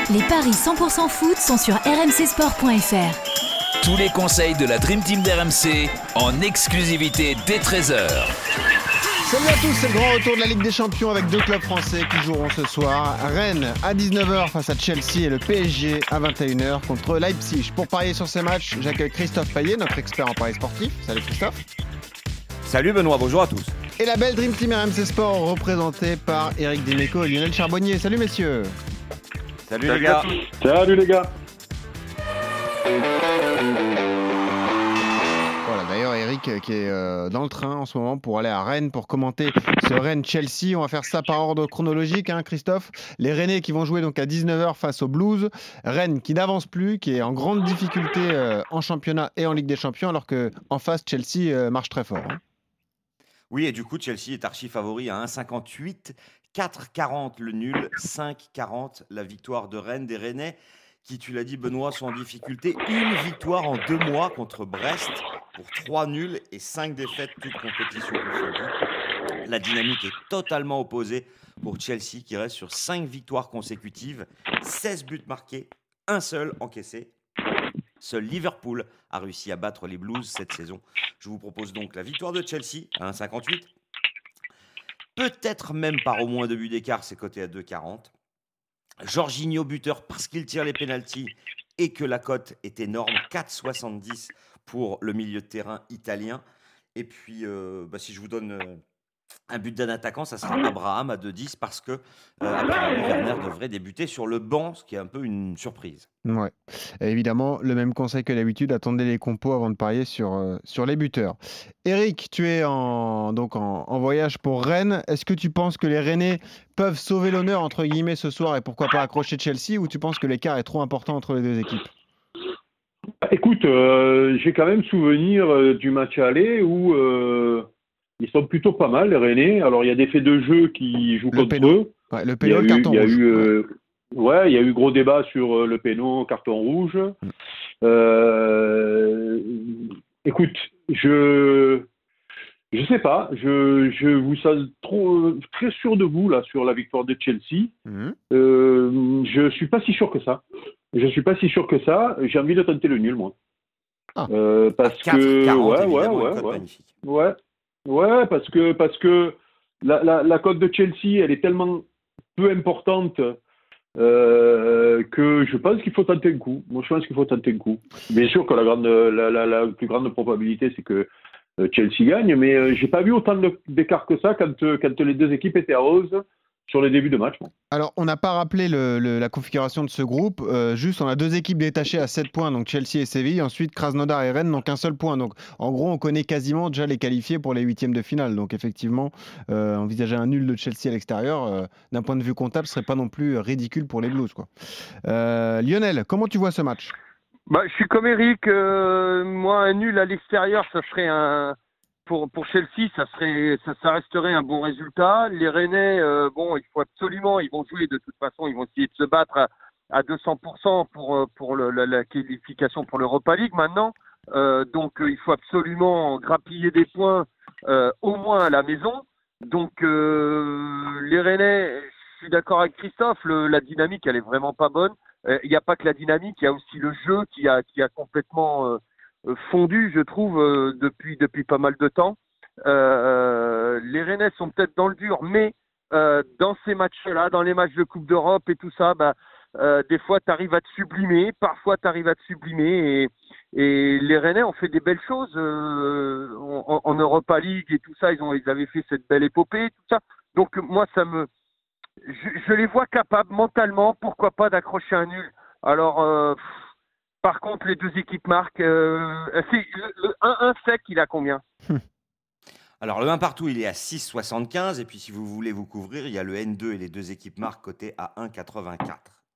Les paris 100% foot sont sur rmcsport.fr. Tous les conseils de la Dream Team d'RMC en exclusivité dès 13h. Salut à tous, c'est le grand retour de la Ligue des Champions avec deux clubs français qui joueront ce soir. Rennes à 19h face à Chelsea et le PSG à 21h contre Leipzig. Pour parier sur ces matchs, j'accueille Christophe Payet, notre expert en paris sportif. Salut Christophe. Salut Benoît, bonjour à tous. Et la belle Dream Team RMC Sport représentée par Eric Dimeco et Lionel Charbonnier. Salut messieurs. Salut les gars. Salut les gars. Voilà, d'ailleurs Eric qui est dans le train en ce moment pour aller à Rennes pour commenter ce Rennes-Chelsea. On va faire ça par ordre chronologique, hein, Christophe. Les Rennais qui vont jouer donc à 19h face aux Blues. Rennes qui n'avance plus, qui est en grande difficulté en championnat et en Ligue des Champions, alors qu'en face Chelsea marche très fort. Hein. Oui, et du coup Chelsea est archi favori à 1,58, 4,40 le nul, 5,40 la victoire de Rennes. Des Rennais qui, tu l'as dit Benoît, sont en difficulté. Une victoire en 2 mois contre Brest pour 3 nuls et 5 défaites, toutes compétitions confondues. La dynamique est totalement opposée pour Chelsea qui reste sur 5 victoires consécutives, 16 buts marqués, un seul encaissé. Seul Liverpool a réussi à battre les Blues cette saison. Je vous propose donc la victoire de Chelsea à 1,58. Peut-être même par au moins 2 buts d'écart, c'est coté à 2,40. Jorginho buteur parce qu'il tire les pénaltys et que la cote est énorme, 4,70 pour le milieu de terrain italien. Et puis, si je vous donne un but d'un attaquant, ça sera Abraham à 2,10 parce que Werner devrait débuter sur le banc, ce qui est un peu une surprise. Ouais. Et évidemment, le même conseil que d'habitude, attendez les compos avant de parier sur les buteurs. Eric, tu es en voyage pour Rennes. Est-ce que tu penses que les Rennais peuvent sauver l'honneur, entre guillemets, ce soir et pourquoi pas accrocher Chelsea, ou tu penses que l'écart est trop important entre les deux équipes ? Écoute, j'ai quand même souvenir du match aller où ils sont plutôt pas mal, les Rennais. Alors, il y a des faits de jeu qui jouent contre eux. Ouais, le péno, le carton rouge. Il y a eu gros débat sur le péno, carton rouge. Écoute, je sais pas. Je vous sens très sûr de vous là sur la victoire de Chelsea. Je suis pas si sûr que ça. J'ai envie de tenter le nul, moi. Parce que parce que la cote de Chelsea, elle est tellement peu importante que je pense qu'il faut tenter un coup. Moi, je pense qu'il faut tenter un coup. Bien sûr que la plus grande probabilité, c'est que Chelsea gagne, mais j'ai pas vu autant d'écart que ça quand les deux équipes étaient à 11 sur les débuts de match. Alors, on n'a pas rappelé la configuration de ce groupe. Juste, on a 2 équipes détachées à 7 points, donc Chelsea et Séville. Ensuite, Krasnodar et Rennes n'ont qu'un seul point. Donc, en gros, on connaît quasiment déjà les qualifiés pour les 8e de finale. Donc, effectivement, envisager un nul de Chelsea à l'extérieur, d'un point de vue comptable, serait pas non plus ridicule pour les Blues, quoi. Lionel, comment tu vois ce match ? Je suis comme Eric. Moi, un nul à l'extérieur, ça serait Pour Chelsea, ça resterait un bon résultat. Les Rennais, il faut absolument, ils vont jouer de toute façon, ils vont essayer de se battre à 200% pour la qualification pour l'Europa League maintenant. Donc, il faut absolument grappiller des points au moins à la maison. Donc, les Rennais, je suis d'accord avec Christophe, la dynamique, elle est vraiment pas bonne. Il n'y a pas que la dynamique, il y a aussi le jeu qui a complètement fondu, je trouve, depuis pas mal de temps. Les Rennais sont peut-être dans le dur, mais dans ces matchs-là, dans les matchs de Coupe d'Europe et tout ça, des fois, tu arrives à te sublimer, parfois, tu arrives à te sublimer. Et les Rennais ont fait des belles choses en Europa League et tout ça. Ils avaient fait cette belle épopée, tout ça. Donc, moi, je les vois capables mentalement, pourquoi pas, d'accrocher un nul. Alors, par contre, les 2 équipes marquent. Le 1-1 sec, il a combien ? Alors, le 1 partout, il est à 6,75. Et puis, si vous voulez vous couvrir, il y a le N2 et les 2 équipes marquent cotés à 1,84.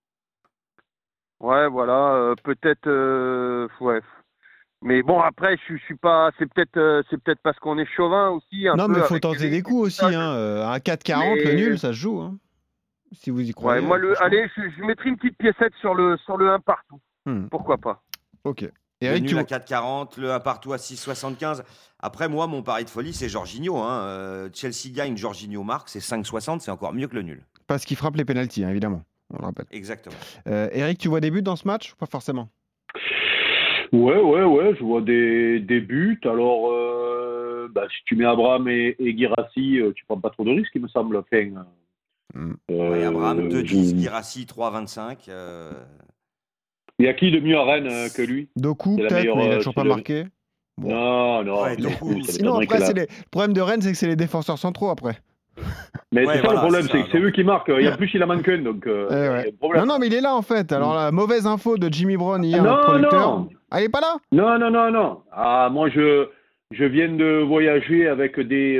Ouais, voilà. Peut-être. Ouais. Mais bon, après, je suis pas. C'est peut-être parce qu'on est chauvin aussi. Non, mais il faut tenter des coups aussi. À 4,40, le nul, ça se joue. Hein, si vous y croyez. Ouais, moi, allez, je mettrai une petite piécette sur le 1 partout. Pourquoi pas. Ok. Eric, le nul à 4,40, le 1 partout à 6,75. Après, moi, mon pari de folie, c'est Jorginho. Chelsea gagne, Jorginho marque, c'est 5,60, c'est encore mieux que le nul. Parce qu'il frappe les pénaltys, évidemment. on le rappelle. Exactement. Eric, tu vois des buts dans ce match ou pas forcément? Ouais, je vois des buts. Alors, si tu mets Abraham et Guirassy, tu prends pas trop de risques, il me semble. Enfin, Abraham 2-10, Guirassy 3-25. Il y a qui de mieux à Rennes que lui? Doku, peut-être, mais il n'a toujours pas marqué. Bon. Non. Ouais, Doku, sinon, après, le problème de Rennes, c'est que c'est les défenseurs centraux après. Mais c'est ça le problème, c'est que c'est eux qui marquent. Et en plus, il a manqué un, donc Non, mais il est là en fait. Alors, la mauvaise info de Jimmy Brown hier, non, notre producteur. Non. Ah, il est pas là? Non. Ah, moi, je viens de voyager avec des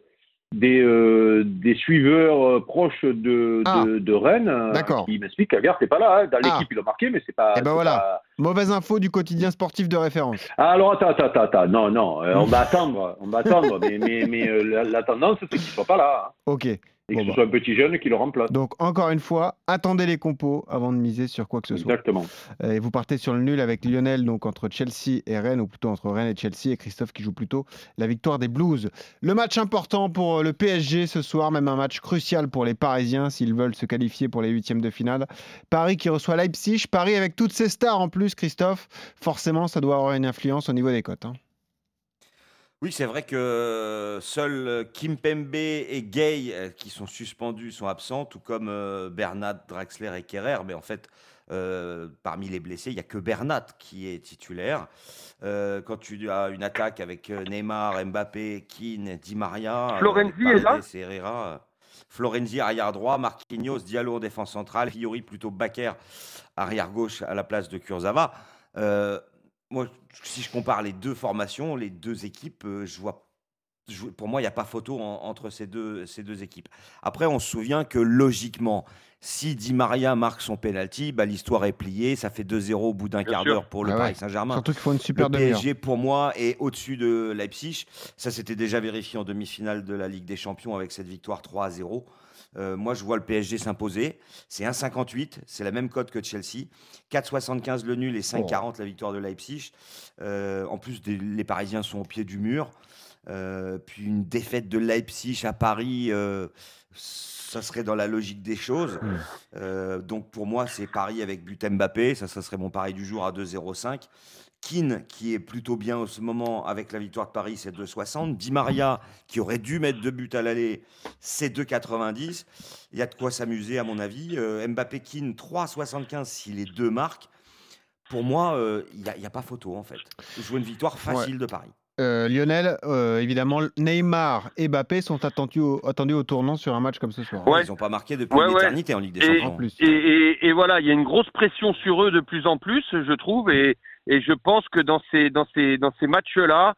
suiveurs proches de Rennes qui m'expliquent qu'Agar n'est pas là. Dans l'équipe, il a marqué, mais c'est pas... Et ben voilà, mauvaise info du quotidien sportif de référence. Alors, attends. Non, on va attendre. mais la tendance, c'est qu'il ne soit pas là. Hein. Ok. Et que ce soit un petit jeune qui le remplace. Donc, encore une fois, attendez les compos avant de miser sur quoi que ce soit. Exactement. Et vous partez sur le nul avec Lionel, donc entre Chelsea et Rennes, ou plutôt entre Rennes et Chelsea, et Christophe qui joue plutôt la victoire des Blues. Le match important pour le PSG ce soir, même un match crucial pour les Parisiens s'ils veulent se qualifier pour les huitièmes de finale. Paris qui reçoit Leipzig. Paris avec toutes ses stars en plus, Christophe. Forcément, ça doit avoir une influence au niveau des cotes. Oui, c'est vrai que seuls Kimpembe et Gay, qui sont suspendus, sont absents, tout comme Bernat, Draxler et Kerrer. Mais en fait, parmi les blessés, il n'y a que Bernat qui est titulaire. Quand tu as une attaque avec Neymar, Mbappé, Keane, Di Maria, Florenzi est là. Herrera, Florenzi arrière droit, Marquinhos, Diallo en défense centrale, Fiori plutôt Bakker arrière gauche à la place de Kurzawa. Moi, si je compare les deux formations, les deux équipes, pour moi, il n'y a pas photo entre ces deux équipes. Après, on se souvient que logiquement, si Di Maria marque son penalty, l'histoire est pliée. Ça fait 2-0 au bout d'un quart d'heure pour le Paris Saint-Germain. Surtout qu'il faut une super demi-heure. Le PSG, pour moi, est au-dessus de Leipzig. Ça, c'était déjà vérifié en demi-finale de la Ligue des Champions avec cette victoire 3-0. Moi, je vois le PSG s'imposer. C'est 1,58. C'est la même cote que Chelsea. 4,75 le nul et 5,40 la victoire de Leipzig. En plus, les Parisiens sont au pied du mur. Puis une défaite de Leipzig à Paris, ça serait dans la logique des choses. Donc, pour moi, c'est Paris avec but Mbappé. Ça serait mon pari du jour à 2,05. Keane, qui est plutôt bien en ce moment avec la victoire de Paris, c'est 2,60. Di Maria, qui aurait dû mettre 2 buts à l'aller, c'est 2,90. Il y a de quoi s'amuser, à mon avis. Mbappé, Keane, 3,75 si les deux marquent. Pour moi, il n'y a pas photo, en fait. Je vois une victoire facile de Paris. Lionel, évidemment, Neymar et Mbappé sont attendus au tournant sur un match comme ce soir. Ils n'ont pas marqué depuis l'éternité en Ligue des Champions. Et voilà, il y a une grosse pression sur eux de plus en plus, je trouve. Et je pense que dans ces matchs-là,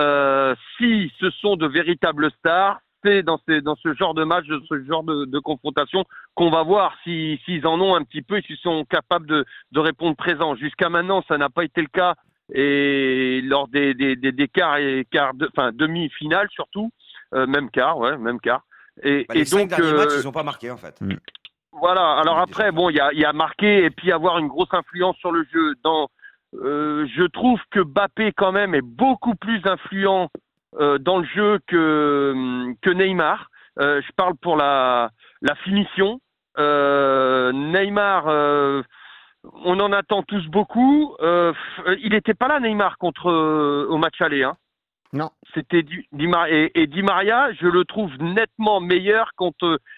si ce sont de véritables stars, c'est dans ce genre de match, ce genre de confrontation qu'on va voir s'ils en ont un petit peu et s'ils sont capables de répondre présent. Jusqu'à maintenant, ça n'a pas été le cas. Et lors des quarts et demi-finales surtout, même quart. Et les 5 donc, derniers matchs, ils n'ont pas marqué en fait. Voilà. Alors après, il y a marqué et puis avoir une grosse influence sur le jeu. Je trouve que Mbappé quand même est beaucoup plus influent dans le jeu que Neymar. Je parle pour la finition. Neymar. On en attend tous beaucoup. Il n'était pas là, Neymar, au match aller. Hein. Non. C'était Di Maria, je le trouve nettement meilleur quand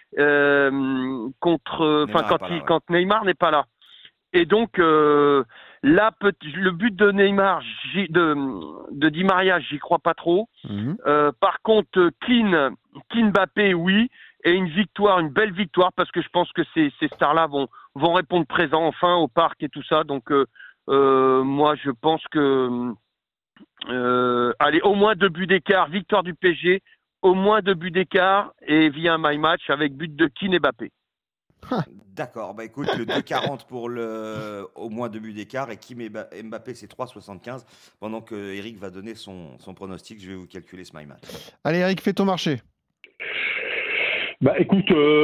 Neymar n'est pas là. Et donc, là, le but de Neymar, de Di Maria, j'y crois pas trop. Par contre, Keane Mbappé, oui. Et une belle victoire, parce que je pense que ces stars-là vont répondre présent enfin au parc et tout ça. Donc, moi, je pense que allez, au moins 2 buts d'écart, victoire du PSG, au moins 2 buts d'écart et via un my match avec but de Keane et Mbappé. D'accord, écoute, le 2,40 pour au moins 2 buts d'écart et Kim et Mbappé c'est 3,75. Pendant que Eric va donner son pronostic, je vais vous calculer ce my match. Allez Eric, fais ton marché. Écoute,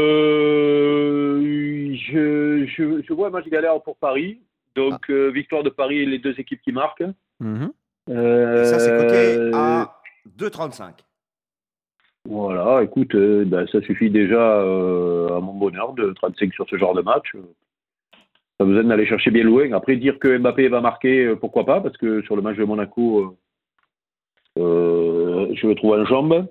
je vois un match galère pour Paris. Donc, victoire de Paris et les deux équipes qui marquent. Et ça, c'est coté à 2,35. Voilà, écoute, ça suffit déjà à mon bonheur de 35 sur ce genre de match. Pas besoin d'aller chercher bien loin. Après, dire que Mbappé va marquer, pourquoi pas, parce que sur le match de Monaco, je le trouve en jambes.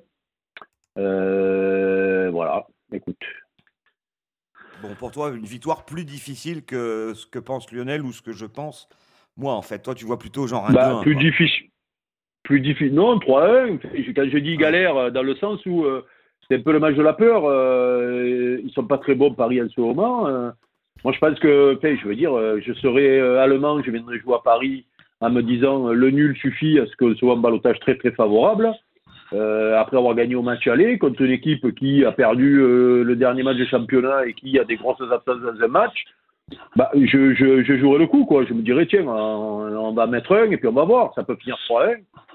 Voilà, écoute. Bon, pour toi, une victoire plus difficile que ce que pense Lionel ou ce que je pense. Moi, en fait, toi, tu vois plutôt genre un 2-1. Plus difficile. Non, 3-1. Quand je dis galère, dans le sens où c'est un peu le match de la peur. Ils sont pas très bons, Paris, en ce moment. Moi, je pense que, je serais allemand, je viendrais jouer à Paris en me disant le nul suffit à ce que ce soit un ballottage très, très favorable. Après avoir gagné au match aller contre une équipe qui a perdu le dernier match de championnat et qui a des grosses absences dans un match, je jouerai le coup, quoi. Je me dirais, tiens, on va mettre un et puis on va voir. Ça peut finir 3-1.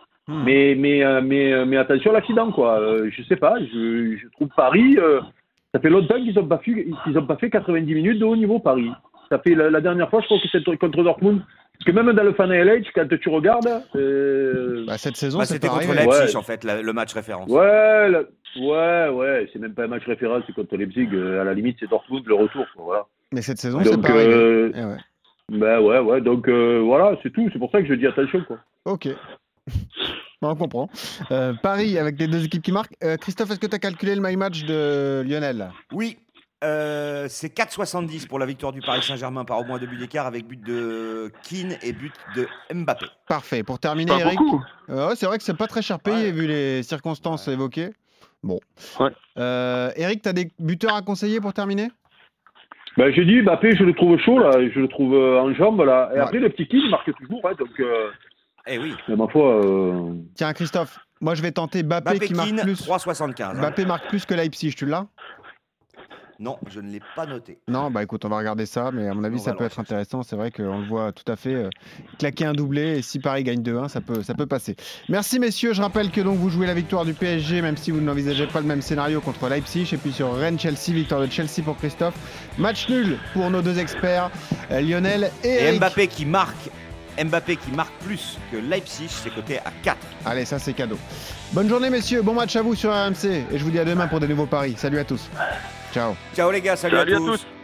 Mais attention à l'accident, quoi. Je sais pas, je trouve Paris, ça fait longtemps qu'ils n'ont pas fait 90 minutes de haut niveau, Paris. Ça fait la dernière fois, je crois que c'était contre Dortmund. Parce que même dans le Final LH, quand tu regardes... cette saison, c'était pareil, contre Leipzig, en fait, le match référence. Ouais, c'est même pas un match référence, c'est contre Leipzig. À la limite, c'est Dortmund, le retour, quoi, voilà. Mais cette saison, c'est pareil. Donc voilà, c'est tout. C'est pour ça que je dis attention, quoi. Ok. On comprend. Paris, avec les deux équipes qui marquent. Christophe, est-ce que tu as calculé le my match de Lionel ? Oui. C'est 4,70 pour la victoire du Paris Saint-Germain par au moins 2 buts d'écart avec but de Keane et but de Mbappé. Parfait. Pour terminer, Pas Eric. beaucoup. C'est vrai que c'est pas très cher payé vu les circonstances évoquées. Bon. Ouais. Eric, tu as des buteurs à conseiller pour terminer ? J'ai dit Mbappé, je le trouve chaud, là. Je le trouve en jambes, là. Et après, le petit Keane marque toujours, donc... oui. Mais ma foi... Tiens, Christophe, moi je vais tenter Mbappé qui marque Keane, plus. 3,75. Mbappé marque plus que Leipzig, tu l'as ? Non, je ne l'ai pas noté. Non, écoute, on va regarder ça, mais à mon avis, ça peut être intéressant. C'est vrai qu'on le voit tout à fait claquer un doublé, et si Paris gagne 2-1, ça peut passer. Merci, messieurs. Je rappelle que donc vous jouez la victoire du PSG, même si vous n'envisagez pas le même scénario contre Leipzig. Et puis sur Rennes-Chelsea, victoire de Chelsea pour Christophe. Match nul pour nos deux experts, Lionel et Eric. Mbappé qui marque plus que Leipzig, c'est coté à 4. Allez, ça c'est cadeau. Bonne journée, messieurs. Bon match à vous sur RMC. Et je vous dis à demain pour des nouveaux paris. Salut à tous. Ciao. Ciao les gars, salut à tous.